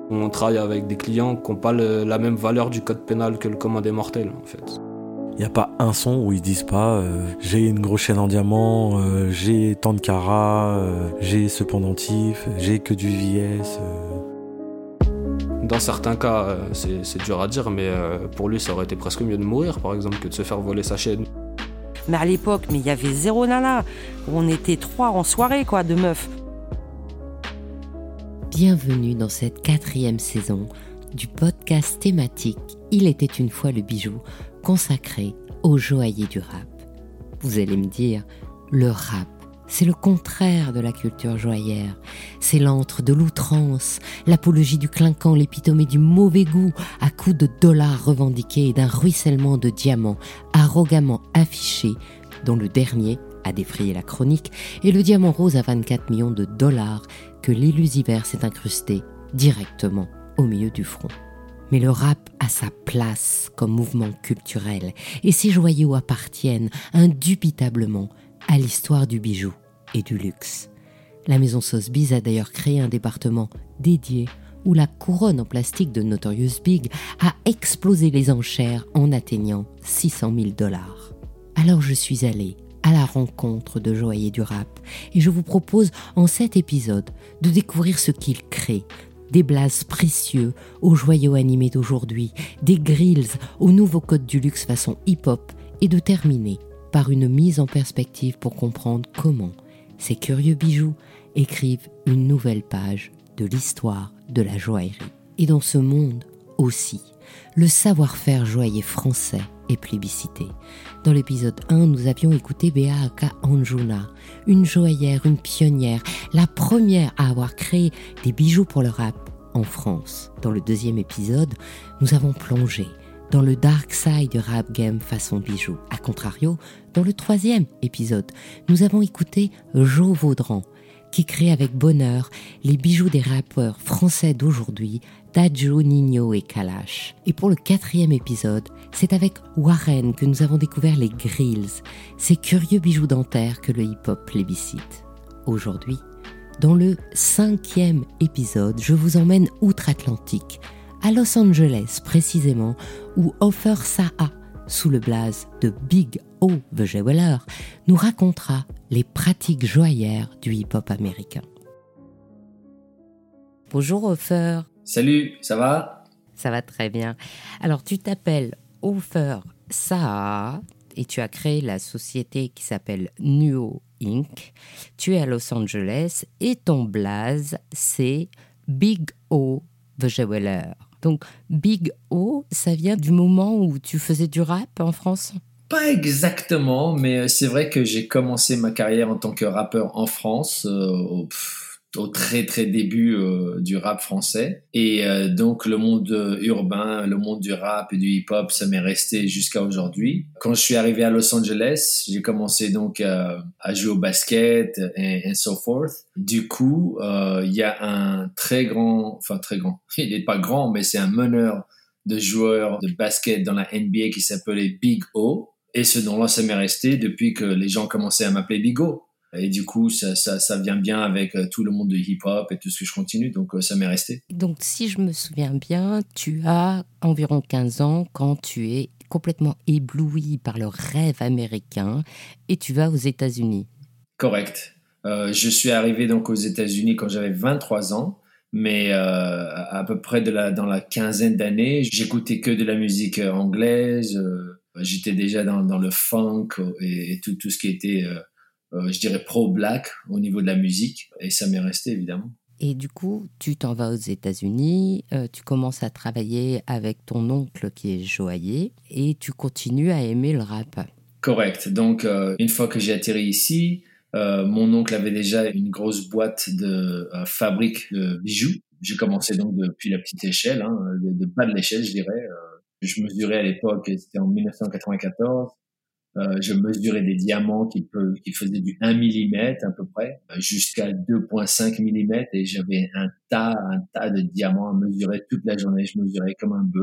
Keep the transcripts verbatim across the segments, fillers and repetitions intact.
On travaille avec des clients qui n'ont pas le, la même valeur du code pénal que le commun des mortels, en fait. Il n'y a pas un son où ils disent pas euh, j'ai une grosse chaîne en diamant, euh, j'ai tant de carats, euh, j'ai ce pendentif, j'ai que du V S. Euh. Dans certains cas, euh, c'est, c'est dur à dire, mais euh, pour lui, ça aurait été presque mieux de mourir, par exemple, que de se faire voler sa chaîne. Mais à l'époque, mais il y avait zéro nana. On était trois en soirée, quoi, de meufs. Bienvenue dans cette quatrième saison du podcast thématique « Il était une fois le bijou » consacré aux joailliers du rap. Vous allez me dire, le rap, c'est le contraire de la culture joaillère. C'est l'antre de l'outrance, l'apologie du clinquant, l'épitomée du mauvais goût à coups de dollars revendiqués et d'un ruissellement de diamants arrogamment affichés, dont le dernier a défrayé la chronique, et le diamant rose à vingt-quatre millions de dollars que l'illusiver s'est incrusté directement au milieu du front. Mais le rap a sa place comme mouvement culturel et ses joyaux appartiennent indubitablement à l'histoire du bijou et du luxe. La maison Sotheby's a d'ailleurs créé un département dédié où la couronne en plastique de Notorious Big a explosé les enchères en atteignant six cent mille dollars. Alors je suis allée à la rencontre de joailliers du rap et je vous propose en cet épisode de découvrir ce qu'ils créent, des blazes précieux aux joyaux animés d'aujourd'hui, des grills aux nouveaux codes du luxe façon hip-hop et de terminer par une mise en perspective pour comprendre comment ces curieux bijoux écrivent une nouvelle page de l'histoire de la joaillerie. Et dans ce monde aussi, le savoir-faire joaillier français est plébiscité. Dans l'épisode un, nous avions écouté Béa Aka Anjuna, une joaillère, une pionnière, la première à avoir créé des bijoux pour le rap en France. Dans le deuxième épisode, nous avons plongé dans le dark side du rap game façon bijoux. A contrario, dans le troisième épisode, nous avons écouté Jo Vaudran, qui crée avec bonheur les bijoux des rappeurs français d'aujourd'hui, Dadju, Nino et Kalash. Et pour le quatrième épisode, c'est avec Warren que nous avons découvert les grills, ces curieux bijoux dentaires que le hip-hop plébiscite. Aujourd'hui, dans le cinquième épisode, je vous emmène outre-Atlantique, à Los Angeles précisément, où Ofer Saha, sous le blaze de Big O the Jeweler, nous racontera les pratiques joaillères du hip-hop américain. Bonjour Ofer. Salut, ça va ? Ça va très bien. Alors tu t'appelles Ofer Saha et tu as créé la société qui s'appelle Nuo Incorporated. Tu es à Los Angeles et ton blaze c'est Big O the Jeweler. Donc Big O, ça vient du moment où tu faisais du rap en France ? Pas exactement, mais c'est vrai que j'ai commencé ma carrière en tant que rappeur en France, euh, au, pff, au très très début euh, du rap français. Et euh, donc le monde urbain, le monde du rap et du hip-hop, ça m'est resté jusqu'à aujourd'hui. Quand je suis arrivé à Los Angeles, j'ai commencé donc euh, à jouer au basket et, et so forth. Du coup, euh, il y a un très grand, enfin très grand, il n'est pas grand, mais c'est un meneur de joueurs de basket dans la N B A qui s'appelait Big O. Et ce nom-là, ça m'est resté depuis que les gens commençaient à m'appeler Big O. Et du coup, ça, ça, ça vient bien avec tout le monde de hip-hop et tout ce que je continue. Donc, ça m'est resté. Donc, si je me souviens bien, tu as environ quinze ans quand tu es complètement ébloui par le rêve américain et tu vas aux États-Unis. Correct. Euh, je suis arrivé donc aux États-Unis quand j'avais vingt-trois ans. Mais euh, à peu près de la, dans la quinzaine d'années, j'écoutais que de la musique anglaise. Euh, j'étais déjà dans, dans le funk et, et tout, tout ce qui était, euh, euh, je dirais, pro-black au niveau de la musique. Et ça m'est resté, évidemment. Et du coup, tu t'en vas aux États-Unis, euh, tu commences à travailler avec ton oncle qui est joaillier et tu continues à aimer le rap. Correct. Donc, euh, une fois que j'ai atterri ici, Euh, mon oncle avait déjà une grosse boîte de euh, fabrique de bijoux. J'ai commencé donc depuis la petite échelle, hein, de, de bas de l'échelle, je dirais. Euh, je mesurais à l'époque, c'était en dix-neuf cent quatre-vingt-quatorze, euh, je mesurais des diamants qui, peut, qui faisaient du un millimètre à peu près, jusqu'à deux virgule cinq millimètres, et j'avais un tas, un tas de diamants à mesurer toute la journée. Je mesurais comme un bœuf.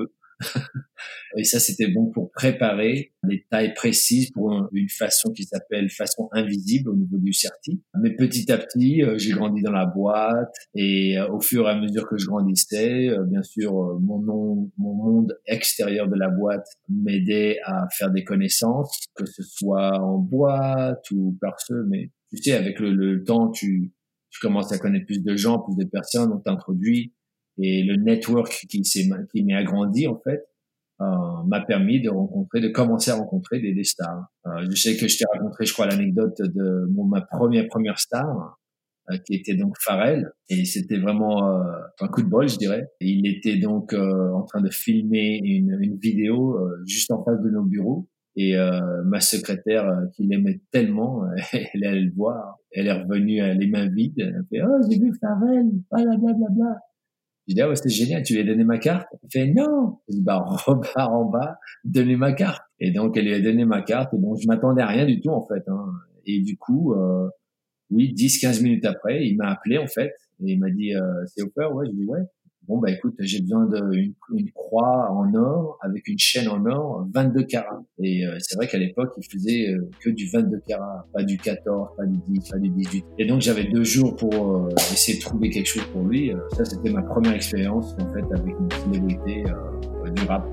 Et ça, c'était bon pour préparer les tailles précises pour une façon qui s'appelle façon invisible au niveau du certi. Mais petit à petit, euh, j'ai grandi dans la boîte et euh, au fur et à mesure que je grandissais, euh, bien sûr, euh, mon, nom, mon monde extérieur de la boîte m'aidait à faire des connaissances, que ce soit en boîte ou par ceux. Mais tu sais, avec le, le temps, tu, tu commences à connaître plus de gens, plus de personnes, on t'introduit. Et le network qui s'est, qui m'est agrandi, en fait, Euh, m'a permis de rencontrer, de commencer à rencontrer des, des stars. Euh, je sais que je t'ai raconté, je crois, l'anecdote de mon, ma première première star, euh, qui était donc Pharrell, et c'était vraiment euh, un coup de bol, je dirais. Et il était donc euh, en train de filmer une, une vidéo euh, juste en face de nos bureaux. Et euh, ma secrétaire, euh, qui l'aimait tellement, elle est allée le voir. Elle est revenue euh, les mains vides. Elle fait « Oh, j'ai vu Pharrell, blablabla. Bla, bla. » Je dis, ah ouais, c'était génial, tu lui as donné ma carte? Il fait, non. Je dis, bah, repars en bas, donnez ma carte. Et donc, elle lui a donné ma carte. Et bon, je m'attendais à rien du tout, en fait, hein. Et du coup, euh, oui, dix, quinze minutes après, il m'a appelé, en fait. Et il m'a dit, euh, c'est Hopper? Ouais, je dis, ouais. Bon, bah, écoute, j'ai besoin d'une une croix en or avec une chaîne en or, vingt-deux carats. Et euh, c'est vrai qu'à l'époque, il faisait euh, que du vingt-deux carats, pas du quatorze, pas du dix, pas du dix-huit. Et donc, j'avais deux jours pour euh, essayer de trouver quelque chose pour lui. Euh, ça, c'était ma première expérience, en fait, avec une célébrité euh, du rap.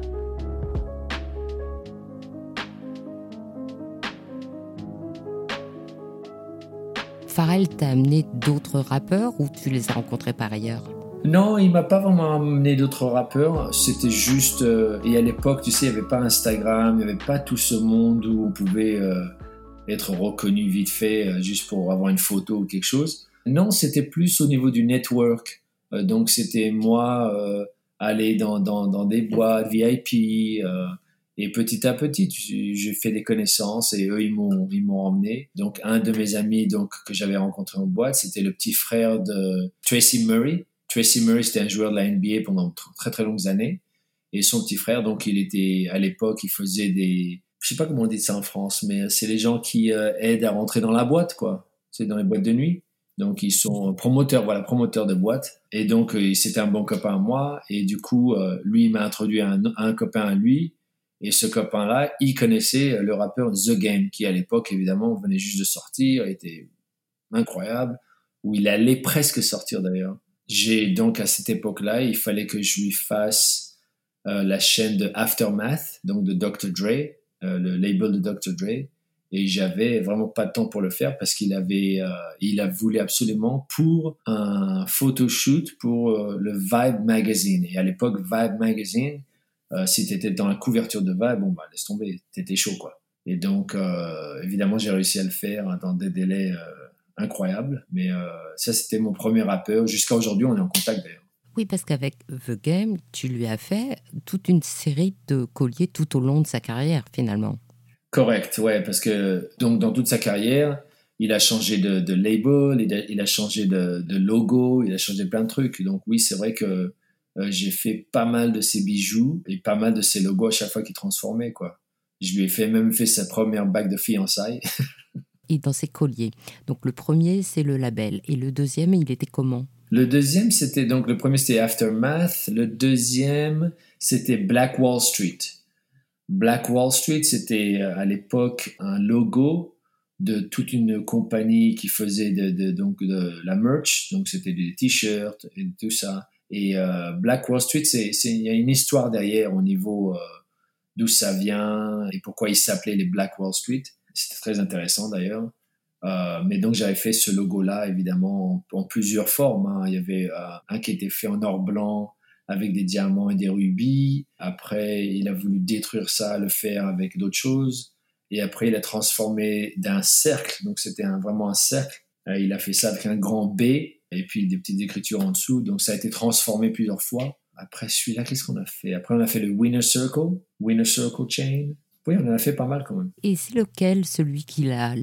Pharrell t'a amené d'autres rappeurs ou tu les as rencontrés par ailleurs? Non, il m'a pas vraiment amené d'autres rappeurs. C'était juste... Euh, et à l'époque, tu sais, il n'y avait pas Instagram, il n'y avait pas tout ce monde où on pouvait euh, être reconnu vite fait euh, juste pour avoir une photo ou quelque chose. Non, c'était plus au niveau du network. Euh, donc, c'était moi euh, aller dans, dans, dans des boîtes V I P. Euh, et petit à petit, j'ai fait des connaissances et eux, ils m'ont, ils m'ont emmené. Donc, un de mes amis donc, que j'avais rencontré en boîte, c'était le petit frère de Tracy Murray. Tracy Murray, c'était un joueur de la N B A pendant très très longues années. Et son petit frère, donc, il était, à l'époque, il faisait des, je sais pas comment on dit ça en France, mais c'est les gens qui euh, aident à rentrer dans la boîte, quoi. C'est dans les boîtes de nuit. Donc, ils sont promoteurs, voilà, promoteurs de boîtes. Et donc, euh, c'était un bon copain à moi. Et du coup, euh, lui, il m'a introduit à un, à un copain à lui. Et ce copain-là, il connaissait le rappeur The Game, qui à l'époque, évidemment, venait juste de sortir, était incroyable, où il allait presque sortir d'ailleurs. J'ai donc à cette époque-là, il fallait que je lui fasse euh, la chaîne de Aftermath, donc de docteur Dre, euh, le label de docteur Dre, et j'avais vraiment pas de temps pour le faire parce qu'il avait, euh, il a voulu absolument pour un photoshoot pour euh, le Vibe Magazine. Et à l'époque, Vibe Magazine, euh, si t'étais dans la couverture de Vibe, bon bah laisse tomber, t'étais chaud quoi. Et donc euh, évidemment, j'ai réussi à le faire dans des délais euh, incroyable, mais euh, ça c'était mon premier rappeur. Jusqu'à aujourd'hui, on est en contact d'ailleurs. Oui, parce qu'avec The Game, tu lui as fait toute une série de colliers tout au long de sa carrière finalement. Correct, ouais, parce que donc dans toute sa carrière, il a changé de, de label, il a, il a changé de, de logo, il a changé plein de trucs. Donc oui, c'est vrai que euh, j'ai fait pas mal de ses bijoux et pas mal de ses logos à chaque fois qu'il transformait quoi. Je lui ai fait même fait sa première bague de fiançailles. Et dans ses colliers. Donc le premier, c'est le label. Et le deuxième, il était comment? Le deuxième, c'était donc le premier, c'était Aftermath. Le deuxième, c'était Black Wall Street. Black Wall Street, c'était à l'époque un logo de toute une compagnie qui faisait de, de, donc de la merch. Donc c'était des t-shirts et tout ça. Et euh, Black Wall Street, c'est, c'est, il y a une histoire derrière au niveau euh, d'où ça vient et pourquoi il s'appelait les Black Wall Street. C'était très intéressant d'ailleurs. Euh, mais donc j'avais fait ce logo-là évidemment en, en plusieurs formes. Hein. Il y avait euh, un qui était fait en or blanc avec des diamants et des rubis. Après, il a voulu détruire ça, le faire avec d'autres choses. Et après, il a transformé d'un cercle. Donc c'était un, vraiment un cercle. Euh, il a fait ça avec un grand B et puis des petites écritures en dessous. Donc ça a été transformé plusieurs fois. Après celui-là, qu'est-ce qu'on a fait? Après, on a fait le Winner Circle, Winner Circle Chain. Oui, on en a fait pas mal quand même. Et c'est lequel, celui qu'il a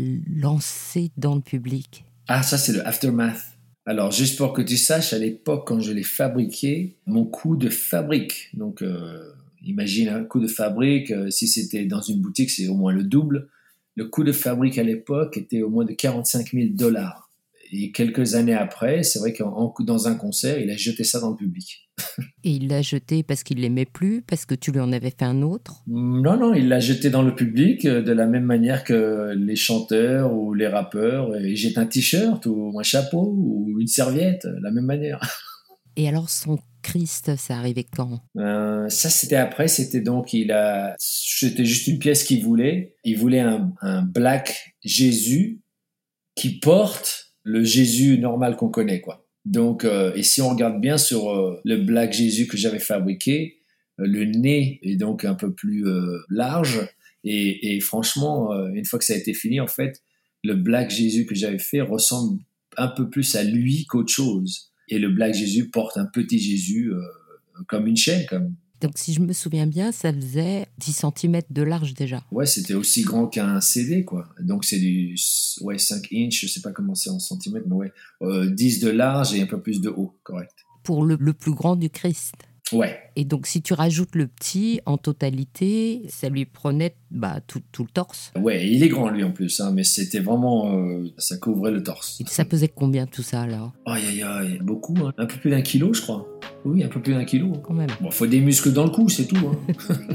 lancé dans le public? Ah, ça, c'est le Aftermath. Alors, juste pour que tu saches, à l'époque, quand je l'ai fabriqué, mon coût de fabrique, donc euh, imagine un coût de fabrique, euh, si c'était dans une boutique, c'est au moins le double. Le coût de fabrique à l'époque était au moins de quarante-cinq mille dollars. et quelques années après, c'est vrai qu'en en, dans un concert, il a jeté ça dans le public. Et il l'a jeté parce qu'il l'aimait plus, parce que tu lui en avais fait un autre? Non, non, il l'a jeté dans le public euh, de la même manière que les chanteurs ou les rappeurs. Ils jettent un t-shirt ou un chapeau ou une serviette, de la même manière. Et alors son Christ, ça arrivait quand? Euh, ça, c'était après. C'était donc, il a, c'était juste une pièce qu'il voulait. Il voulait un, un Black Jésus qui porte le Jésus normal qu'on connaît, quoi. Donc, euh, et si on regarde bien sur euh, le Black Jésus que j'avais fabriqué, euh, le nez est donc un peu plus euh, large. Et, et franchement, euh, une fois que ça a été fini, en fait, le Black Jésus que j'avais fait ressemble un peu plus à lui qu'autre chose. Et le Black Jésus porte un petit Jésus euh, comme une chaîne. Comme... Donc, si je me souviens bien, ça faisait dix centimètres de large déjà. Ouais, c'était aussi grand qu'un C D, quoi. Donc, c'est du ouais, cinq inches, je sais pas comment c'est en centimètres, mais ouais, euh, dix de large et un peu plus de haut, correct. Pour le, le plus grand du Christ. Ouais. Et donc, si tu rajoutes le petit, en totalité, ça lui prenait bah, tout, tout le torse. Ouais, il est grand, lui, en plus, hein, mais c'était vraiment... Euh, ça couvrait le torse. Et ça pesait combien, tout ça, alors? Aïe, aïe, aïe, beaucoup, hein. Un peu plus d'un kilo, je crois. Oui, un peu plus d'un kilo. Quand même. Bon, faut des muscles dans le cou, c'est tout, hein.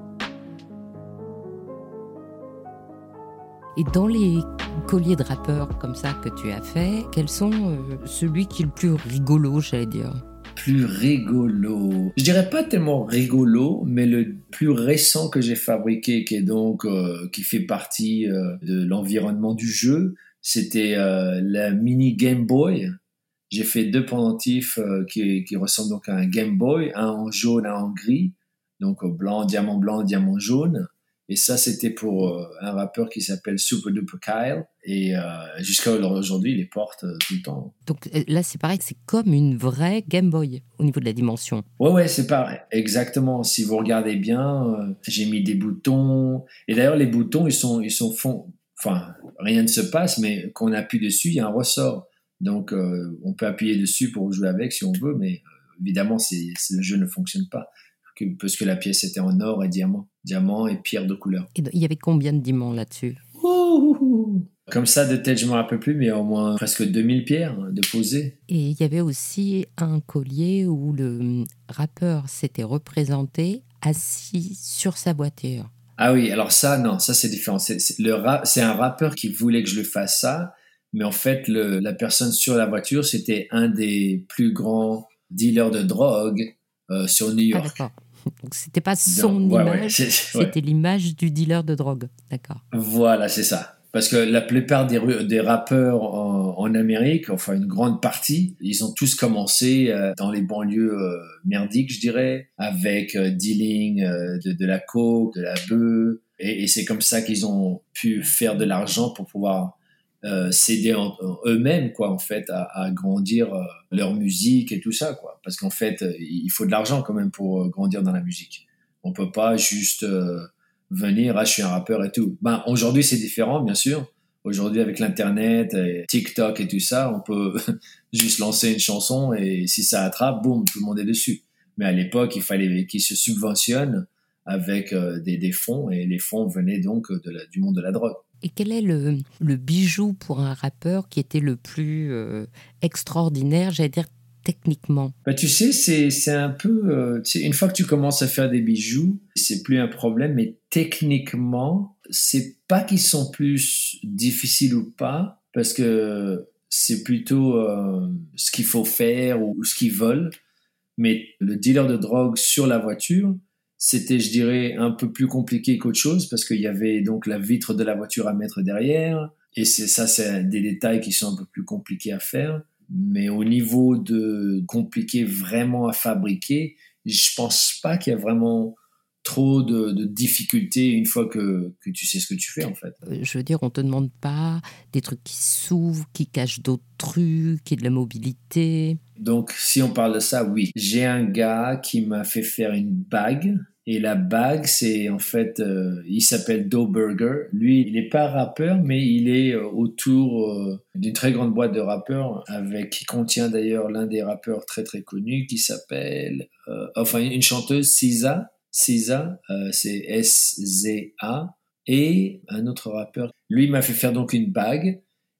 Et dans les colliers de rappeurs comme ça que tu as fait, quels sont euh, celui qui est le plus rigolo, j'allais dire? Plus rigolo. Je dirais pas tellement rigolo, mais le plus récent que j'ai fabriqué, qui est donc euh, qui fait partie euh, de l'environnement du jeu, c'était euh, la mini Game Boy. J'ai fait deux pendentifs euh, qui, qui ressemblent donc à un Game Boy, un en jaune, un en gris, donc blanc, diamant blanc, diamant jaune. Et ça, c'était pour euh, un rappeur qui s'appelle Super Duper Kyle. Et euh, jusqu'à aujourd'hui, il les porte euh, tout le temps. Donc là, c'est pareil, c'est comme une vraie Game Boy au niveau de la dimension. Ouais, ouais, c'est pareil. Exactement. Si vous regardez bien, euh, j'ai mis des boutons. Et d'ailleurs, les boutons, ils sont, ils sont fond... Enfin, rien ne se passe, mais quand on appuie dessus, il y a un ressort. Donc, euh, on peut appuyer dessus pour jouer avec si on veut, mais euh, évidemment, c'est, c'est, le jeu ne fonctionne pas. Que, parce que la pièce était en or et diamant. Diamant et pierre de couleur. Et il y avait combien de diamants là-dessus? Ouh, comme ça, de tête, je ne me rappelle plus, mais il y a au moins presque deux mille pierres de posées. Et il y avait aussi un collier où le rappeur s'était représenté assis sur sa voiture. Ah oui, alors ça, non, ça c'est différent. C'est, c'est, le ra- c'est un rappeur qui voulait que je le fasse ça, mais en fait, le, la personne sur la voiture, c'était un des plus grands dealers de drogue euh, sur New York. Ah, d'accord. Donc, c'était pas son Donc, ouais, image, ouais, c'est, c'est, ouais. C'était l'image du dealer de drogue. D'accord. Voilà, c'est ça. Parce que la plupart des, des rappeurs en, en Amérique, enfin une grande partie, ils ont tous commencé euh, dans les banlieues euh, merdiques, je dirais, avec euh, dealing euh, de, de la coke, de la bœuf. Et, et c'est comme ça qu'ils ont pu faire de l'argent pour pouvoir euh, s'aider en, en eux-mêmes, quoi, en fait, à, à grandir euh, leur musique et tout ça, quoi. Parce qu'en fait, il faut de l'argent quand même pour euh, grandir dans la musique. On peut pas juste euh, venir, ah, je suis un rappeur et tout. Ben, aujourd'hui, c'est différent, bien sûr. Aujourd'hui, avec l'Internet, et TikTok et tout ça, on peut juste lancer une chanson et si ça attrape, boum, tout le monde est dessus. Mais à l'époque, il fallait qu'ils se subventionnent avec euh, des, des fonds et les fonds venaient donc de la, du monde de la drogue. Et quel est le, le bijou pour un rappeur qui était le plus euh, extraordinaire, j'allais dire techniquement? Bah, tu sais, c'est, c'est un peu... Euh, tu sais, une fois que tu commences à faire des bijoux, c'est plus un problème, mais techniquement, c'est pas qu'ils sont plus difficiles ou pas, parce que c'est plutôt euh, ce qu'il faut faire ou, ou ce qu'ils veulent. Mais le dealer de drogue sur la voiture, c'était, je dirais, un peu plus compliqué qu'autre chose, parce qu'il y avait donc la vitre de la voiture à mettre derrière, et c'est ça, c'est des détails qui sont un peu plus compliqués à faire. Mais au niveau de compliqué vraiment à fabriquer, je pense pas qu'il y a vraiment trop de, de difficultés une fois que, que tu sais ce que tu fais, en fait. Je veux dire, on te demande pas des trucs qui s'ouvrent, qui cachent d'autres trucs, qui est de la mobilité. Donc, si on parle de ça, oui. J'ai un gars qui m'a fait faire une bague. Et la bague, c'est en fait, euh, il s'appelle Doe Burger. Lui, il n'est pas rappeur, mais il est euh, autour euh, d'une très grande boîte de rappeurs, avec qui contient d'ailleurs l'un des rappeurs très très connus qui s'appelle, euh, enfin une chanteuse, SZA. SZA, euh, c'est S Z A. Et un autre rappeur. Lui, il m'a fait faire donc une bague.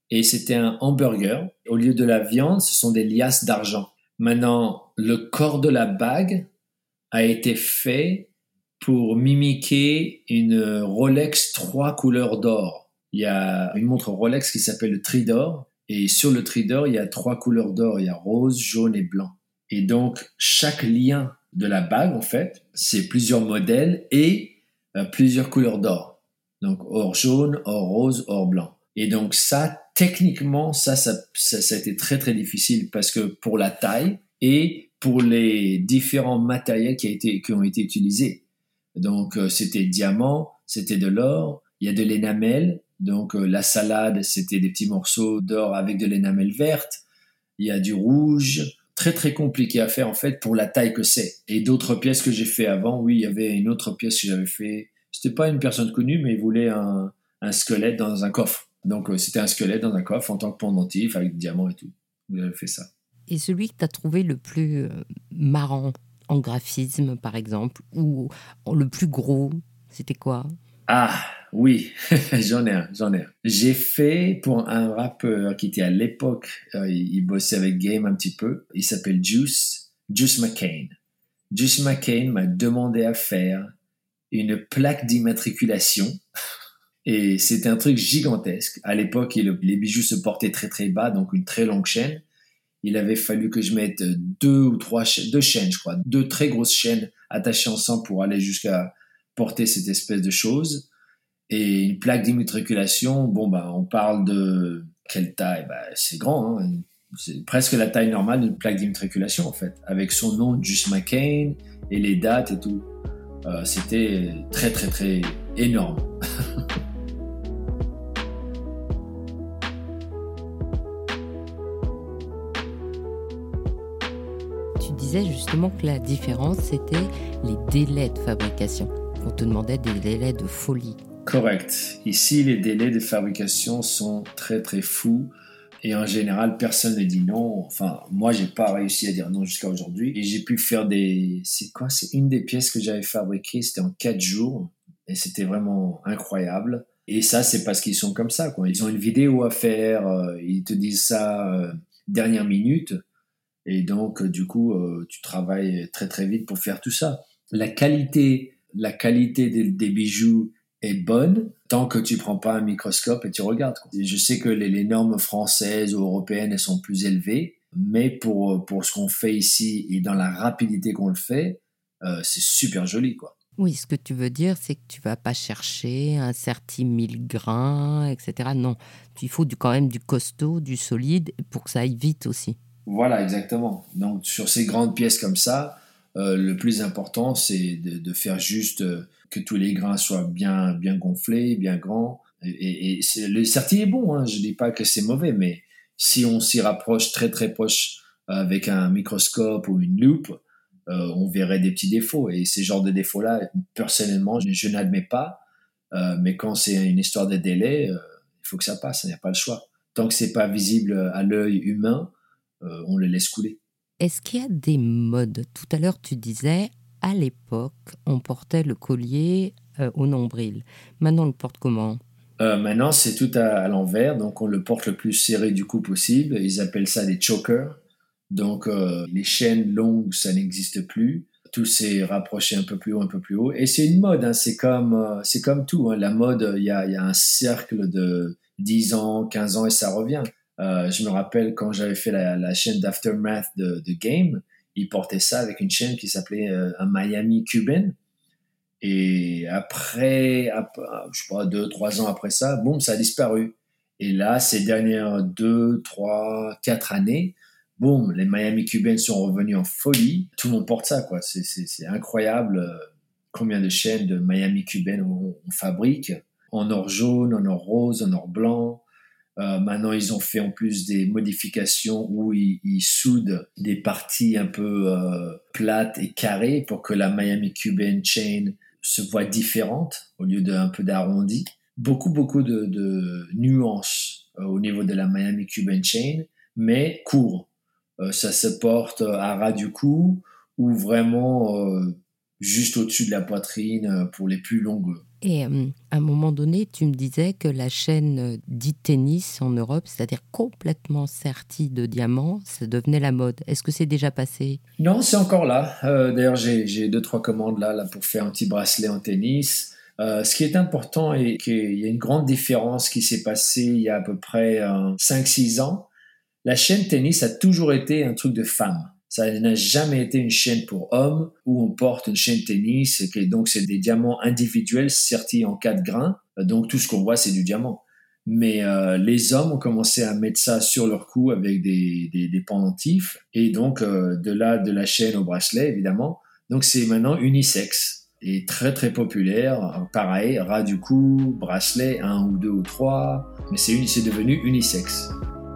et c'était un hamburger. Au lieu de la viande, ce sont des liasses d'argent. Maintenant, le corps de la bague a été fait pour mimiquer une Rolex trois couleurs d'or. Il y a une montre Rolex qui s'appelle le Tridor, et sur le Tridor, il y a trois couleurs d'or. Il y a rose, jaune et blanc. Et donc, chaque lien de la bague, en fait, c'est plusieurs modèles et euh, plusieurs couleurs d'or. Donc, or jaune, or rose, or blanc. Et donc ça, techniquement, ça, ça, ça, ça a été très, très difficile parce que pour la taille et pour les différents matériels qui, a été, qui ont été utilisés. Donc, euh, c'était diamant, c'était de l'or, il y a de l'énamel. Donc, euh, la salade, c'était des petits morceaux d'or avec de l'énamel verte. Il y a du rouge. Très, très compliqué à faire, en fait, pour la taille que c'est. Et d'autres pièces que j'ai fait avant, oui, il y avait une autre pièce que j'avais fait. C'était pas une personne connue, mais il voulait un, un squelette dans un coffre. Donc, euh, c'était un squelette dans un coffre en tant que pendentif avec des diamants et tout. Vous avez fait ça. Et celui que tu as trouvé le plus euh, marrant en graphisme, par exemple, ou le plus gros, c'était quoi? Ah, oui, j'en ai un, j'en ai un. J'ai fait pour un rappeur qui était à l'époque, euh, il, il bossait avec Game un petit peu. Il s'appelle Juice, Juice McCain. Juice McCain m'a demandé à faire une plaque d'immatriculation. Et c'était un truc gigantesque. À l'époque, il, les bijoux se portaient très très bas, donc une très longue chaîne. Il avait fallu que je mette deux ou trois chaînes, deux chaînes, je crois, deux très grosses chaînes attachées ensemble pour aller jusqu'à porter cette espèce de chose. Et une plaque d'immatriculation, bon, bah, on parle de quelle taille? Bah, c'est grand, hein. C'est presque la taille normale d'une plaque d'immatriculation, en fait, avec son nom, Juice McCain, et les dates et tout. Euh, c'était très, très, très énorme. Tu disais justement que la différence, c'était les délais de fabrication. On te demandait des délais de folie. Correct. Ici, les délais de fabrication sont très, très fous. Et en général, personne ne dit non. Enfin, moi, j'ai pas réussi à dire non jusqu'à aujourd'hui. Et j'ai pu faire des... C'est quoi? C'est une des pièces que j'avais fabriquées. C'était en quatre jours. Et c'était vraiment incroyable. Et ça, c'est parce qu'ils sont comme ça, quoi. Ils ont une vidéo à faire. Euh, ils te disent ça euh, dernière minute. Et donc, euh, du coup, euh, tu travailles très, très vite pour faire tout ça. La qualité, la qualité des, des bijoux est bonne tant que tu prends pas un microscope et tu regardes. Je sais que les, les normes françaises ou européennes, elles sont plus élevées, mais pour, pour ce qu'on fait ici et dans la rapidité qu'on le fait, euh, c'est super joli, quoi. Oui, ce que tu veux dire, c'est que tu vas pas chercher un certi mille grains, et cetera. Non, il faut du, quand même du costaud, du solide, pour que ça aille vite aussi. Voilà, exactement. Donc, sur ces grandes pièces comme ça, euh, le plus important, c'est de, de faire juste euh, que tous les grains soient bien, bien gonflés, bien grands. Et, et, et c'est, le certi est bon, hein. Je dis pas que c'est mauvais, mais si on s'y rapproche très, très proche euh, avec un microscope ou une loupe, euh, on verrait des petits défauts. Et ces genres de défauts-là, personnellement, je, je n'admets pas. Euh, mais quand c'est une histoire de délai, euh, il faut que ça passe, il n'y a pas le choix. Tant que c'est pas visible à l'œil humain, euh, on le laisse couler. Est-ce qu'il y a des modes? Tout à l'heure, tu disais, à l'époque, on portait le collier euh, au nombril. Maintenant, on le porte comment? Euh, maintenant, c'est tout à, à l'envers, donc on le porte le plus serré du cou possible. Ils appellent ça des chokers. Donc, euh, les chaînes longues, ça n'existe plus. Tout s'est rapproché un peu plus haut, un peu plus haut. Et c'est une mode, hein. C'est comme, euh, c'est comme tout, hein. La mode, il y a, y a un cercle de dix ans, quinze ans et ça revient. Euh, je me rappelle quand j'avais fait la, la chaîne d'Aftermath de, de Game, ils portaient ça avec une chaîne qui s'appelait euh, un Miami Cuban. Et après, après, je sais pas, deux, trois ans après ça, boum, ça a disparu. Et là, ces dernières deux, trois, quatre années, boum, les Miami Cubans sont revenus en folie. Tout le monde porte ça, quoi. C'est, c'est, c'est incroyable euh, combien de chaînes de Miami Cuban on, on fabrique. En or jaune, en or rose, en or blanc. Euh, maintenant, ils ont fait en plus des modifications où ils, ils soudent des parties un peu euh, plates et carrées pour que la Miami Cuban chain se voit différente au lieu d'un peu d'arrondi. Beaucoup, beaucoup de, de nuances euh, au niveau de la Miami Cuban chain, mais court. Euh, ça se porte à ras du cou ou vraiment euh, juste au-dessus de la poitrine pour les plus longues. Et euh, à un moment donné, tu me disais que la chaîne dite tennis en Europe, c'est-à-dire complètement sertie de diamants, ça devenait la mode. Est-ce que c'est déjà passé ? Non, c'est encore là. Euh, d'ailleurs, j'ai, j'ai deux, trois commandes là, là pour faire un petit bracelet en tennis. Euh, ce qui est important est qu'il y a une grande différence qui s'est passée il y a à peu près euh, cinq six ans. La chaîne tennis a toujours été un truc de femmes. Ça n'a jamais été une chaîne pour hommes où on porte une chaîne tennis. Et que, donc, c'est des diamants individuels sertis en quatre grains. Donc, tout ce qu'on voit, c'est du diamant. Mais euh, les hommes ont commencé à mettre ça sur leur cou avec des, des, des pendentifs. Et donc, euh, de là, de la chaîne au bracelet, évidemment. Donc, c'est maintenant unisexe. Et très, très populaire. Pareil, ras du cou, bracelet, un ou deux ou trois. Mais c'est, c'est devenu unisexe.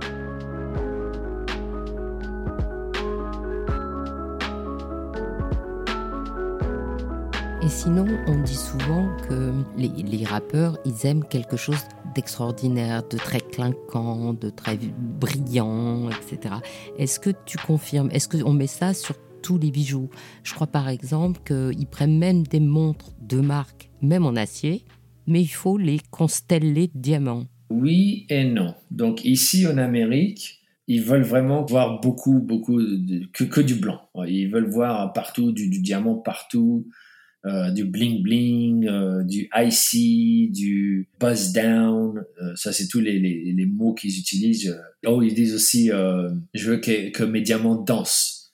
Et sinon, on dit souvent que les, les rappeurs, ils aiment quelque chose d'extraordinaire, de très clinquant, de très brillant, et cetera. Est-ce que tu confirmes ? Est-ce qu'on met ça sur tous les bijoux ? Je crois par exemple qu'ils prennent même des montres de marque, même en acier, mais il faut les consteller de diamants. Oui et non. Donc ici en Amérique, ils veulent vraiment voir beaucoup, beaucoup, de, que, que du blanc. Ils veulent voir partout du, du diamant partout. Euh, du bling bling, euh, du icy, du buzz down, euh, ça c'est tous les, les, les mots qu'ils utilisent. Oh, ils disent aussi euh, je veux que, que mes diamants dansent.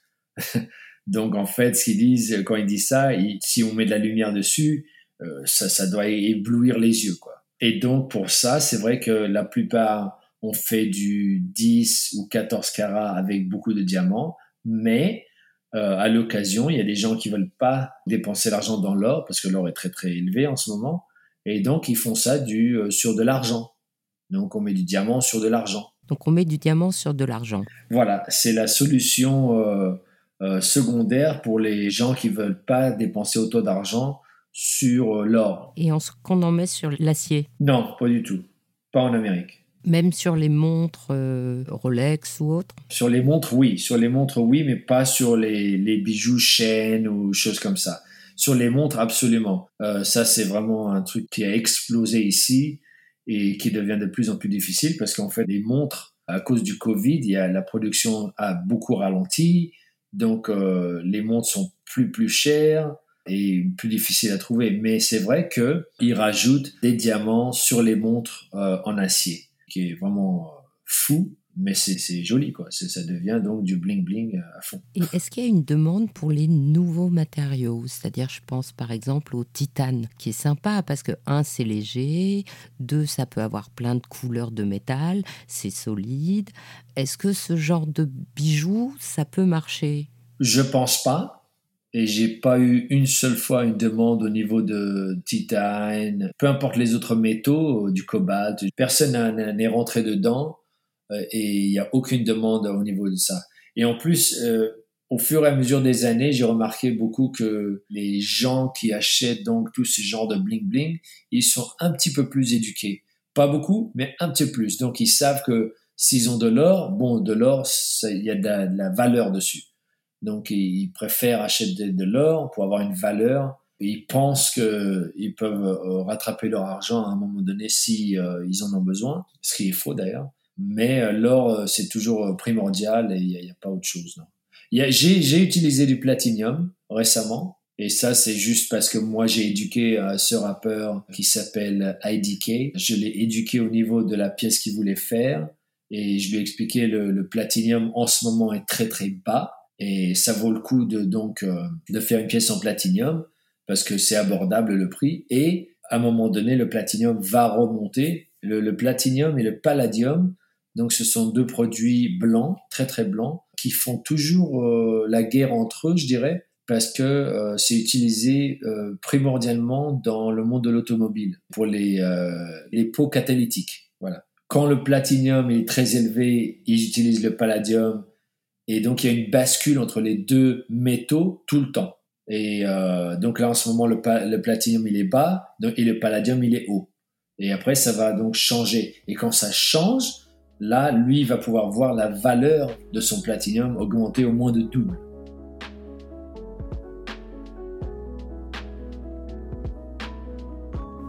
Donc en fait, ce qu'ils disent quand ils disent ça, ils, si on met de la lumière dessus, euh, ça, ça doit éblouir les yeux, quoi. Et donc pour ça, c'est vrai que la plupart ont fait du dix ou quatorze carats avec beaucoup de diamants, mais Euh, à l'occasion, il y a des gens qui veulent pas dépenser l'argent dans l'or parce que l'or est très très élevé en ce moment, et donc ils font ça du euh, sur de l'argent. Donc on met du diamant sur de l'argent. Donc on met du diamant sur de l'argent. Voilà, c'est la solution euh, euh, secondaire pour les gens qui veulent pas dépenser autant d'argent sur euh, l'or. Et on, qu'on en met sur l'acier ? Non, pas du tout. Pas en Amérique. Même sur les montres euh, Rolex ou autres ? Sur les montres, oui. Sur les montres, oui, mais pas sur les, les bijoux chaînes ou choses comme ça. Sur les montres, absolument. Euh, ça, c'est vraiment un truc qui a explosé ici et qui devient de plus en plus difficile parce qu'en fait, les montres, à cause du Covid, il y a, la production a beaucoup ralenti. Donc, euh, les montres sont plus, plus chères et plus difficiles à trouver. Mais c'est vrai qu'ils rajoutent des diamants sur les montres euh, en acier, qui est vraiment fou, mais c'est, c'est joli, quoi. C'est, ça devient donc du bling-bling à fond. Et est-ce qu'il y a une demande pour les nouveaux matériaux ? C'est-à-dire, je pense par exemple au titane, qui est sympa parce que, un, c'est léger, deux, ça peut avoir plein de couleurs de métal, c'est solide. Est-ce que ce genre de bijoux, ça peut marcher ? Je pense pas. Et j'ai pas eu une seule fois une demande au niveau de titane, peu importe les autres métaux, du cobalt. Personne n'est rentré dedans euh, et il y a aucune demande au niveau de ça. Et en plus, euh, au fur et à mesure des années, j'ai remarqué beaucoup que les gens qui achètent donc tout ce genre de bling bling, ils sont un petit peu plus éduqués. Pas beaucoup, mais un petit peu plus. Donc ils savent que s'ils ont de l'or, bon, de l'or, il y a de la, de la valeur dessus. Donc, ils préfèrent acheter de, de l'or pour avoir une valeur. Et ils pensent qu'ils peuvent rattraper leur argent à un moment donné si euh, ils en ont besoin, ce qui est faux d'ailleurs. Mais euh, l'or, c'est toujours primordial et il n'y a, a pas autre chose. Non. Il y a, j'ai, j'ai utilisé du platinium récemment. Et ça, c'est juste parce que moi, j'ai éduqué euh, ce rappeur qui s'appelle I D K. Je l'ai éduqué au niveau de la pièce qu'il voulait faire. Et je lui ai expliqué le, le platinium en ce moment est très très bas. Et ça vaut le coup de, donc, euh, de faire une pièce en platinium parce que c'est abordable le prix. Et à un moment donné, le platinium va remonter. Le, le platinium et le palladium, donc ce sont deux produits blancs, très très blancs, qui font toujours euh, la guerre entre eux, je dirais, parce que euh, c'est utilisé euh, primordialement dans le monde de l'automobile pour les, euh, les pots catalytiques. Voilà. Quand le platinium est très élevé, ils utilisent le palladium. Et donc, il y a une bascule entre les deux métaux tout le temps. Et euh, donc là, en ce moment, le, pa- le platinium, il est bas donc, et le palladium, il est haut. Et après, ça va donc changer. Et quand ça change, là, lui, il va pouvoir voir la valeur de son platinium augmenter au moins de double.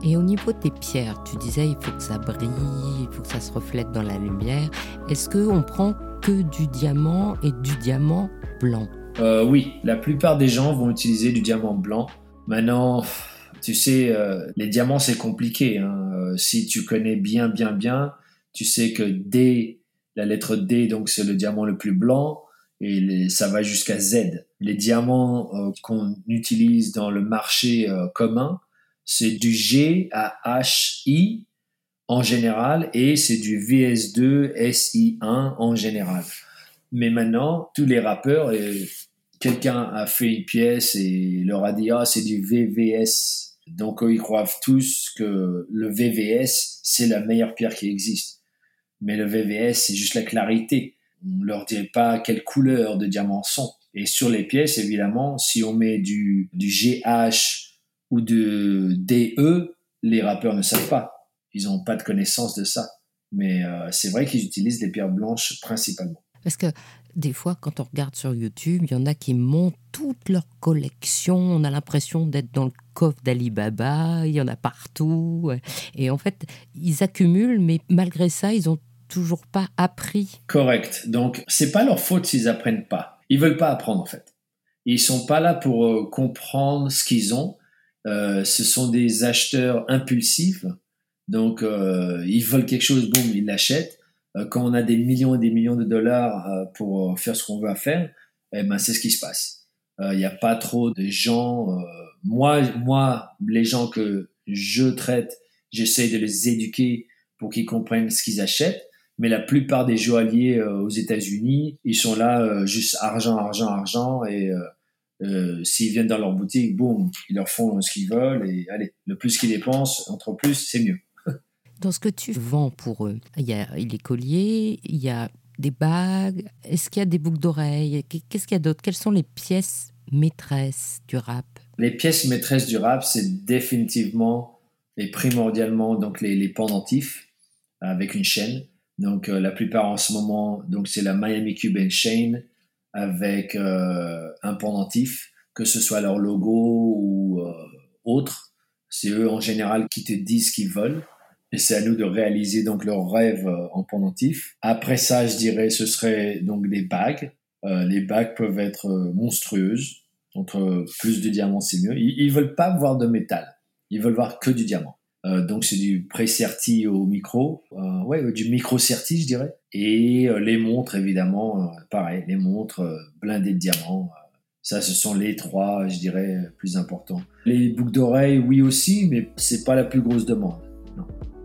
Et au niveau des pierres, tu disais il faut que ça brille, il faut que ça se reflète dans la lumière. Est-ce qu'on prend que du diamant et du diamant blanc ? euh, Oui, la plupart des gens vont utiliser du diamant blanc. Maintenant, tu sais, euh, les diamants c'est compliqué. Hein. Euh, si tu connais bien, bien, bien, tu sais que D, la lettre D, donc c'est le diamant le plus blanc. Et les, ça va jusqu'à Z. Les diamants euh, qu'on utilise dans le marché euh, commun, c'est du G à H I en général et c'est du V S deux S I un en général. Mais maintenant, tous les rappeurs, et quelqu'un a fait une pièce et leur a dit « Ah, c'est du V V S ». Donc, ils croient tous que le V V S, c'est la meilleure pierre qui existe. Mais le V V S, c'est juste la clarité. On ne leur dit pas quelle couleur de diamants sont. Et sur les pièces, évidemment, si on met du, du G H ou de D E, les rappeurs ne savent pas. Ils n'ont pas de connaissance de ça. Mais euh, c'est vrai qu'ils utilisent des pierres blanches principalement. Parce que des fois, quand on regarde sur YouTube, il y en a qui montent toute leur collection. On a l'impression d'être dans le coffre d'Ali Baba. Il y en a partout. Et en fait, ils accumulent, mais malgré ça, ils ont toujours pas appris. Correct. Donc, c'est pas leur faute s'ils apprennent pas. Ils veulent pas apprendre, en fait. Ils sont pas là pour euh, comprendre ce qu'ils ont. Euh, ce sont des acheteurs impulsifs. Donc, euh, ils veulent quelque chose, boum, ils l'achètent. Euh, quand on a des millions et des millions de dollars euh, pour faire ce qu'on veut faire, eh ben, c'est ce qui se passe. Il euh, n'y a pas trop de gens... Euh, moi, moi, les gens que je traite, j'essaie de les éduquer pour qu'ils comprennent ce qu'ils achètent. Mais la plupart des joailliers euh, aux États-Unis, ils sont là euh, juste argent, argent, argent. Et euh, euh, s'ils viennent dans leur boutique, boum, ils leur font ce qu'ils veulent. Et allez, le plus qu'ils dépensent, entre plus, c'est mieux. Dans ce que tu vends pour eux, il y a les colliers, il y a des bagues. Est-ce qu'il y a des boucles d'oreilles ? Qu'est-ce qu'il y a d'autre ? Quelles sont les pièces maîtresses du rap ? Les pièces maîtresses du rap, c'est définitivement et primordialement donc les, les pendentifs avec une chaîne. Donc, euh, la plupart en ce moment, donc c'est la Miami Cuban Chain avec euh, un pendentif, que ce soit leur logo ou euh, autre. C'est eux en général qui te disent ce qu'ils veulent. Et c'est à nous de réaliser donc leurs rêves euh, en pendentif. Après ça, je dirais, ce serait donc des bagues. Euh, les bagues peuvent être euh, monstrueuses. Entre plus de diamants, c'est mieux. Ils, ils veulent pas voir de métal. Ils veulent voir que du diamant. Euh, donc c'est du pré-serti au micro, euh, ouais, du micro-serti je dirais. Et euh, les montres évidemment, euh, pareil, les montres euh, blindées de diamants. Euh, ça, ce sont les trois, je dirais, plus importants. Les boucles d'oreilles, oui aussi, mais c'est pas la plus grosse demande. Non.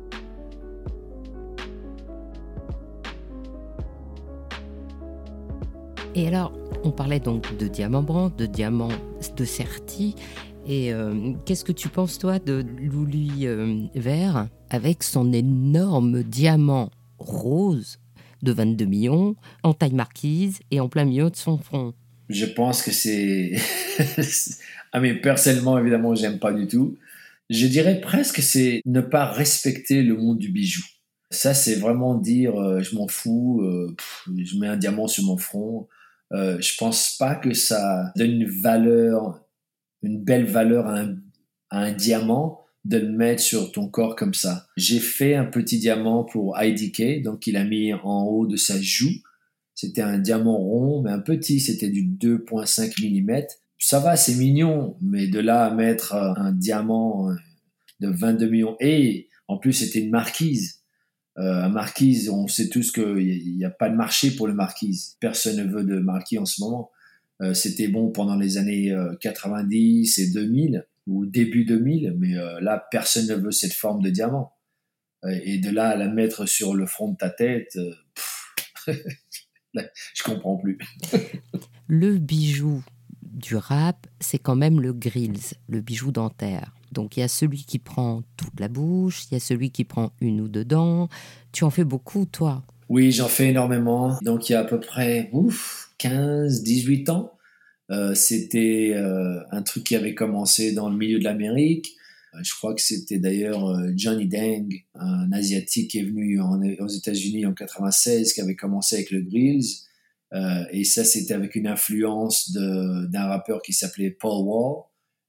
Et alors, on parlait donc de diamants blancs, de diamants de serti. Et euh, qu'est-ce que tu penses, toi, de Louis euh, Vert avec son énorme diamant rose de vingt-deux millions en taille marquise et en plein milieu de son front ? Je pense que c'est... ah mais personnellement, évidemment, j'aime pas du tout. Je dirais presque que c'est ne pas respecter le monde du bijou. Ça, c'est vraiment dire euh, je m'en fous, euh, pff, je mets un diamant sur mon front. Euh, je pense pas que ça donne une valeur... une belle valeur à un, à un diamant de le mettre sur ton corps comme ça. J'ai fait un petit diamant pour I D K, donc il a mis en haut de sa joue. C'était un diamant rond, mais un petit, c'était du deux virgule cinq millimètres. Ça va, c'est mignon, mais de là à mettre un diamant de vingt-deux millions, et en plus c'était une marquise. Euh, un marquise, on sait tous qu'il n'y a pas de marché pour le marquise. Personne ne veut de marquise en ce moment. Euh, c'était bon pendant les années euh, quatre-vingt-dix et deux mille, ou début deux mille, mais euh, là, personne ne veut cette forme de diamant. Euh, et de là à la mettre sur le front de ta tête, euh, pff, là, je comprends plus. Le bijou du rap, c'est quand même le grills, le bijou dentaire. Donc il y a celui qui prend toute la bouche, il y a celui qui prend une ou deux dents. Tu en fais beaucoup, toi ? Oui, j'en fais énormément. Donc il y a à peu près ouf, quinze, dix-huit ans. Euh, c'était euh, un truc qui avait commencé dans le milieu de l'Amérique. Euh, je crois que c'était d'ailleurs euh, Johnny Dang, un Asiatique qui est venu en, aux États-Unis en quatre-vingt-seize, qui avait commencé avec le grills. Euh, et ça, c'était avec une influence de, d'un rappeur qui s'appelait Paul Wall.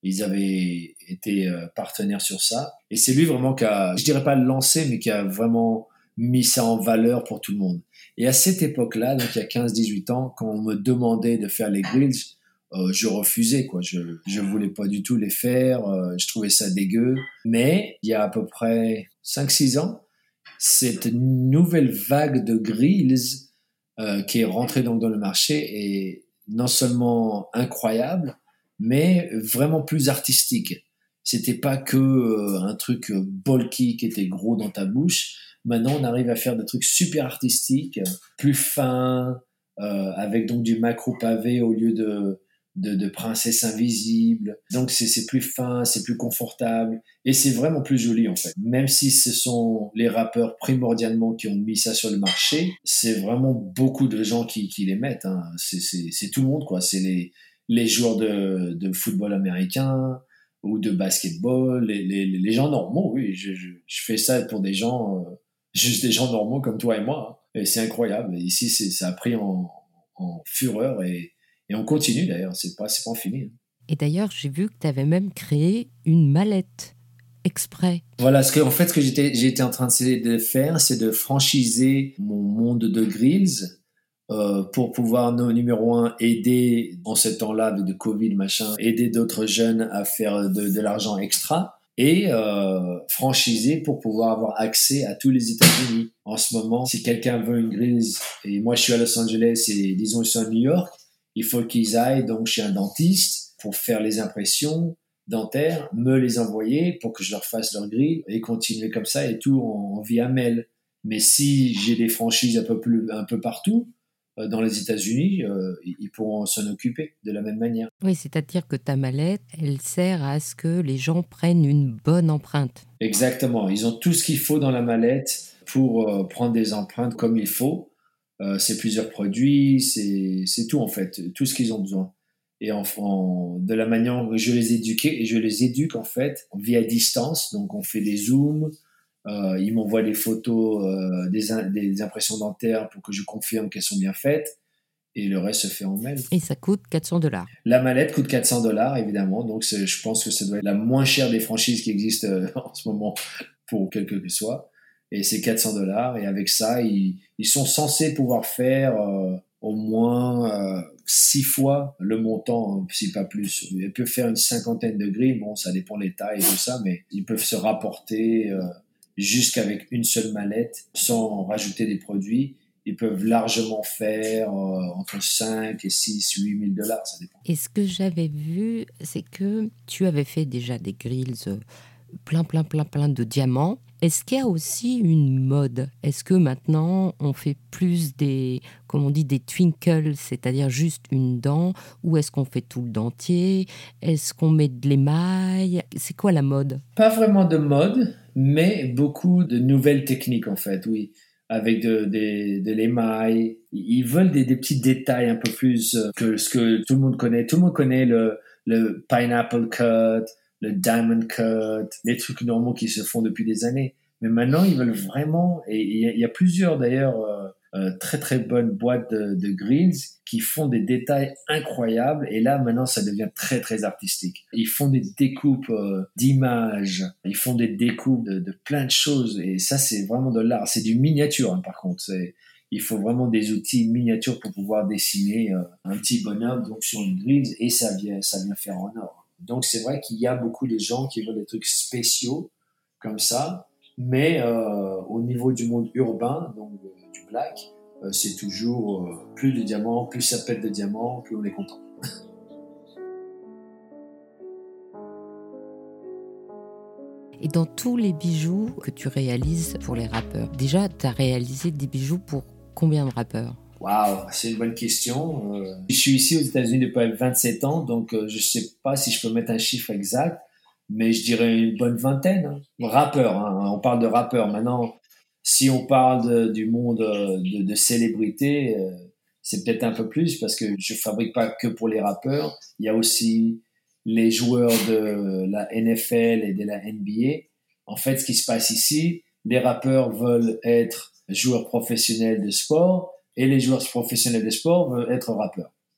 Ils avaient été euh, partenaires sur ça. Et c'est lui vraiment qui a, je dirais pas lancé, mais qui a vraiment mis ça en valeur pour tout le monde. Et à cette époque-là, donc il y a quinze dix-huit ans, quand on me demandait de faire les grills, euh, je refusais, quoi. Je, je voulais pas du tout les faire. Euh, je trouvais ça dégueu. Mais il y a à peu près cinq six ans, cette nouvelle vague de grills euh, qui est rentrée donc dans le marché est non seulement incroyable, mais vraiment plus artistique. C'était pas que euh, un truc bulky qui était gros dans ta bouche. Maintenant, on arrive à faire des trucs super artistiques, plus fins, euh, avec donc du macro pavé au lieu de de, de princesse invisible. Donc c'est c'est plus fin, c'est plus confortable et c'est vraiment plus joli en fait. Même si ce sont les rappeurs primordialement qui ont mis ça sur le marché, c'est vraiment beaucoup de gens qui qui les mettent. Hein. C'est c'est c'est tout le monde quoi. C'est les les joueurs de de football américain ou de basketball, les les les gens normaux. Oui, je je, je fais ça pour des gens euh, juste des gens normaux comme toi et moi. Hein. Et c'est incroyable. Et ici c'est ça a pris en en fureur et Et on continue d'ailleurs, c'est pas, c'est pas fini. Et d'ailleurs, j'ai vu que tu avais même créé une mallette exprès. Voilà, ce que, en fait, ce que j'étais, j'étais en train de faire, c'est de franchiser mon monde de grills euh, pour pouvoir, no, numéro un, aider, en ce temps-là, de, de Covid, machin, aider d'autres jeunes à faire de, de l'argent extra et euh, franchiser pour pouvoir avoir accès à tous les États-Unis. En ce moment, si quelqu'un veut une grills, et moi je suis à Los Angeles et disons je suis à New York, il faut qu'ils aillent donc chez un dentiste pour faire les impressions dentaires, me les envoyer pour que je leur fasse leur grille et continuer comme ça et tout en, en via mail. Mais si j'ai des franchises un peu plus, un peu partout euh, dans les États-Unis, euh, ils pourront s'en occuper de la même manière. Oui, c'est-à-dire que ta mallette, elle sert à ce que les gens prennent une bonne empreinte. Exactement. Ils ont tout ce qu'il faut dans la mallette pour euh, prendre des empreintes comme il faut. Euh, c'est plusieurs produits, c'est, c'est tout en fait, tout ce qu'ils ont besoin. Et en, en, de la manière dont je les éduque, et je les éduque en fait via distance, donc on fait des zooms, euh, ils m'envoient des photos, euh, des, in, des impressions dentaires pour que je confirme qu'elles sont bien faites, et le reste se fait en mail. Et ça coûte quatre cents dollars. La mallette coûte quatre cents dollars évidemment, donc c'est, je pense que ça doit être la moins chère des franchises qui existent euh, en ce moment pour quel que soit. Et c'est quatre cents dollars. Et avec ça, ils, ils sont censés pouvoir faire euh, au moins euh, six fois le montant, si pas plus. Ils peuvent faire une cinquantaine de grilles. Bon, ça dépend des tailles et tout ça, mais ils peuvent se rapporter euh, jusqu'avec une seule mallette sans rajouter des produits. Ils peuvent largement faire euh, entre cinq et six, huit mille dollars, ça dépend. Et ce que j'avais vu, c'est que tu avais fait déjà des grills plein, plein, plein, plein de diamants. Est-ce qu'il y a aussi une mode ? Est-ce que maintenant, on fait plus des, comme on dit, des twinkles, c'est-à-dire juste une dent, ou est-ce qu'on fait tout le dentier ? Est-ce qu'on met de l'émail ? C'est quoi la mode ? Pas vraiment de mode, mais beaucoup de nouvelles techniques, en fait, oui. Avec de, de, de l'émail. Ils veulent des, des petits détails un peu plus que ce que tout le monde connaît. Tout le monde connaît le, le pineapple cut, le diamond cut, les trucs normaux qui se font depuis des années. Mais maintenant, ils veulent vraiment, et il y, y a plusieurs d'ailleurs euh, euh, très très bonnes boîtes de, de grills qui font des détails incroyables. Et là, maintenant, ça devient très très artistique. Ils font des découpes euh, d'images, ils font des découpes de, de plein de choses. Et ça, c'est vraiment de l'art. C'est du miniature, hein, par contre. C'est, il faut vraiment des outils miniatures pour pouvoir dessiner euh, un petit bonhomme donc sur une grille et ça vient, ça vient faire en or. Donc c'est vrai qu'il y a beaucoup de gens qui veulent des trucs spéciaux comme ça, mais euh, au niveau du monde urbain, donc euh, du black, euh, c'est toujours euh, plus de diamants, plus ça pète de diamants, plus on est content. Et dans tous les bijoux que tu réalises pour les rappeurs, déjà, tu as réalisé des bijoux pour combien de rappeurs ? Waouh, c'est une bonne question. Euh, je suis ici aux États-Unis depuis vingt-sept ans, donc euh, je sais pas si je peux mettre un chiffre exact, mais je dirais une bonne vingtaine. Hein. Rappeurs, hein, on parle de rappeurs. Maintenant, si on parle de, du monde de, de célébrités, euh, c'est peut-être un peu plus parce que je fabrique pas que pour les rappeurs. Il y a aussi les joueurs de la N F L et de la N B A. En fait, ce qui se passe ici, les rappeurs veulent être joueurs professionnels de sport et les joueurs professionnels de sport veulent être rappeurs.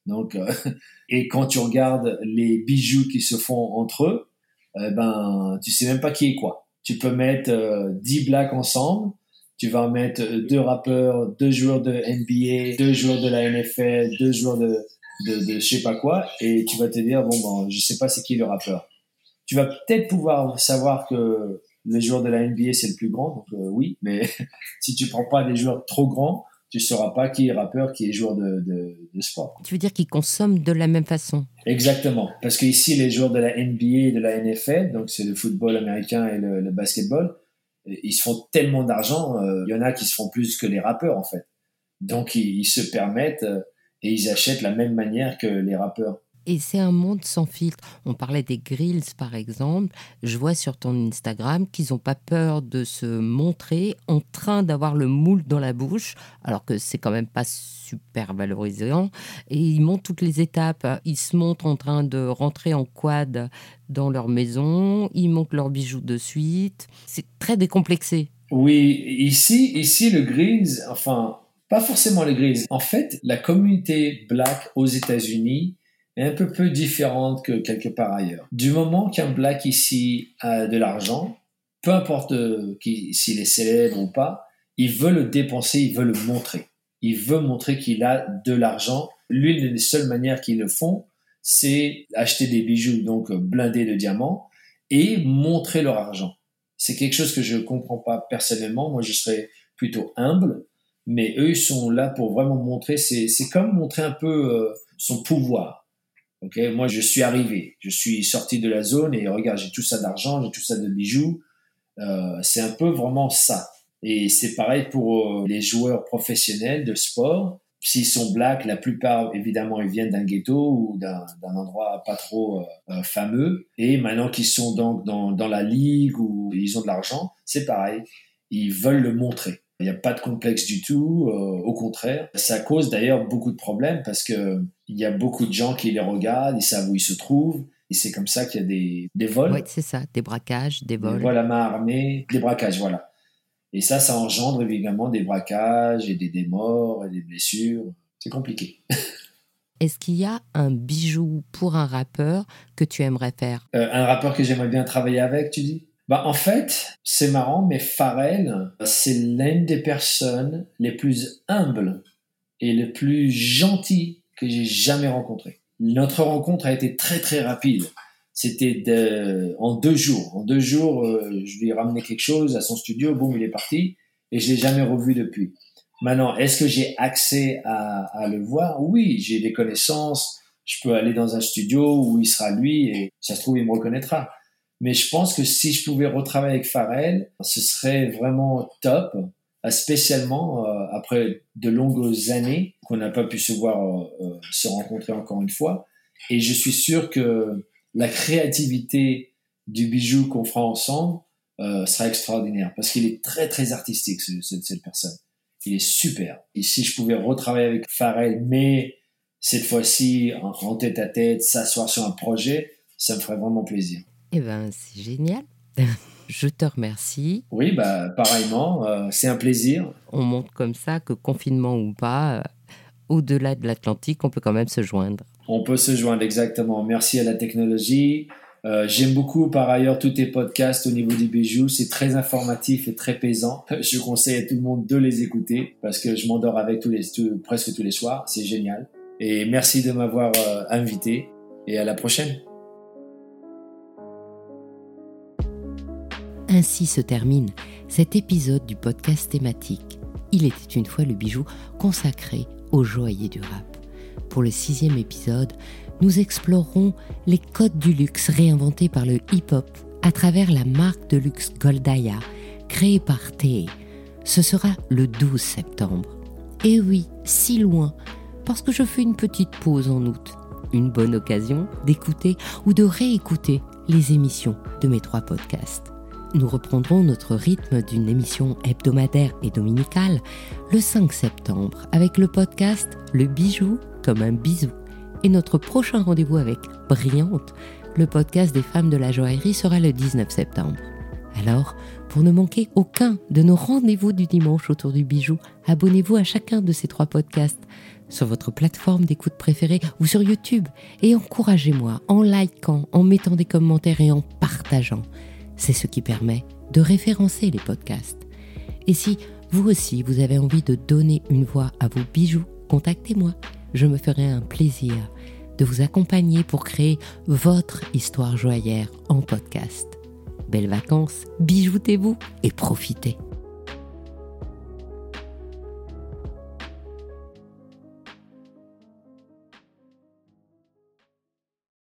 Donc, euh, et quand tu regardes les bijoux qui se font entre eux, eh ben, tu sais même pas qui est quoi. Tu peux mettre euh, dix blacks ensemble, tu vas mettre deux rappeurs, deux joueurs de N B A, deux joueurs de la N F L, deux joueurs de, de, de je sais pas quoi, et tu vas te dire, bon, ben, je sais pas c'est qui le rappeur. Tu vas peut-être pouvoir savoir que le joueur de la N B A, c'est le plus grand, donc euh, oui, mais si tu prends pas des joueurs trop grands, tu sauras pas qui est rappeur, qui est joueur de, de, de sport. Tu veux dire qu'ils consomment de la même façon? Exactement. Parce que ici, les joueurs de la N B A et de la N F L, donc c'est le football américain et le, le basketball, ils se font tellement d'argent, il euh, y en a qui se font plus que les rappeurs, en fait. Donc, ils, ils se permettent euh, et ils achètent de la même manière que les rappeurs. Et c'est un monde sans filtre. On parlait des grills, par exemple. Je vois sur ton Instagram qu'ils n'ont pas peur de se montrer en train d'avoir le moule dans la bouche, alors que c'est quand même pas super valorisant. Et ils montrent toutes les étapes. Ils se montrent en train de rentrer en quad dans leur maison. Ils montrent leurs bijoux de suite. C'est très décomplexé. Oui, ici, ici le grills, enfin, pas forcément les grills. En fait, la communauté black aux États-Unis est un peu peu différente que quelque part ailleurs. Du moment qu'un black ici a de l'argent, peu importe qui, s'il est célèbre ou pas, il veut le dépenser, il veut le montrer. Il veut montrer qu'il a de l'argent. L'une des seules manières qu'ils le font, c'est acheter des bijoux donc blindés de diamants et montrer leur argent. C'est quelque chose que je comprends pas personnellement. Moi, je serais plutôt humble, mais eux, ils sont là pour vraiment montrer. C'est, c'est comme montrer un peu euh, son pouvoir. Okay, moi, je suis arrivé, je suis sorti de la zone et regarde, j'ai tout ça d'argent, j'ai tout ça de bijoux. Euh, c'est un peu vraiment ça. Et c'est pareil pour euh, les joueurs professionnels de sport. S'ils sont blacks, la plupart, évidemment, ils viennent d'un ghetto ou d'un, d'un endroit pas trop euh, fameux. Et maintenant qu'ils sont donc dans, dans la ligue où ils ont de l'argent, c'est pareil. Ils veulent le montrer. Il n'y a pas de complexe du tout, euh, au contraire. Ça cause d'ailleurs beaucoup de problèmes parce que il y a beaucoup de gens qui les regardent, ils savent où ils se trouvent, et c'est comme ça qu'il y a des, des vols. Oui, c'est ça, des braquages, des vols. Des vols à main armée, des braquages, voilà. Et ça, ça engendre évidemment des braquages et des, des morts et des blessures. C'est compliqué. Est-ce qu'il y a un bijou pour un rappeur que tu aimerais faire? euh, Un rappeur que j'aimerais bien travailler avec, tu dis? Bah, en fait, c'est marrant, mais Pharrell, c'est l'une des personnes les plus humbles et les plus gentilles que j'ai jamais rencontrées. Notre rencontre a été très très rapide. C'était de, en deux jours. En deux jours, euh, je lui ai ramené quelque chose à son studio, boum, il est parti, et je l'ai jamais revu depuis. Maintenant, est-ce que j'ai accès à, à le voir? Oui, j'ai des connaissances. Je peux aller dans un studio où il sera lui, et ça se trouve, il me reconnaîtra. Mais je pense que si je pouvais retravailler avec Pharrell, ce serait vraiment top, spécialement euh, après de longues années qu'on n'a pas pu se voir, euh, se rencontrer encore une fois. Et je suis sûr que la créativité du bijou qu'on fera ensemble euh, sera extraordinaire parce qu'il est très très artistique, ce, ce, cette personne. Il est super. Et si je pouvais retravailler avec Pharrell, mais cette fois-ci en, en tête à tête, s'asseoir sur un projet, ça me ferait vraiment plaisir. Eh ben, c'est génial. Je te remercie. Oui, bah, pareillement, euh, c'est un plaisir. On montre comme ça que confinement ou pas, euh, au-delà de l'Atlantique, on peut quand même se joindre. On peut se joindre, exactement. Merci à la technologie. Euh, j'aime beaucoup, par ailleurs, tous tes podcasts au niveau du bijou. C'est très informatif et très plaisant. Je conseille à tout le monde de les écouter parce que je m'endors avec tous les, tout, presque tous les soirs. C'est génial. Et merci de m'avoir euh, invité et à la prochaine. Ainsi se termine cet épisode du podcast thématique « Il était une fois le bijou » consacré aux joailliers du rap. Pour le sixième épisode, nous explorerons les codes du luxe réinventés par le hip-hop à travers la marque de luxe Goldaya, créée par T. Ce sera le douze septembre. Et oui, si loin, parce que je fais une petite pause en août. Une bonne occasion d'écouter ou de réécouter les émissions de mes trois podcasts. Nous reprendrons notre rythme d'une émission hebdomadaire et dominicale le cinq septembre avec le podcast « Le bijou comme un bisou ». Et notre prochain rendez-vous avec Brillante, le podcast des femmes de la joaillerie, sera le dix-neuf septembre. Alors, pour ne manquer aucun de nos rendez-vous du dimanche autour du bijou, abonnez-vous à chacun de ces trois podcasts sur votre plateforme d'écoute préférée ou sur YouTube et encouragez-moi en likant, en mettant des commentaires et en partageant. C'est ce qui permet de référencer les podcasts. Et si vous aussi vous avez envie de donner une voix à vos bijoux, contactez-moi. Je me ferai un plaisir de vous accompagner pour créer votre histoire joaillère en podcast. Belles vacances, bijoutez-vous et profitez.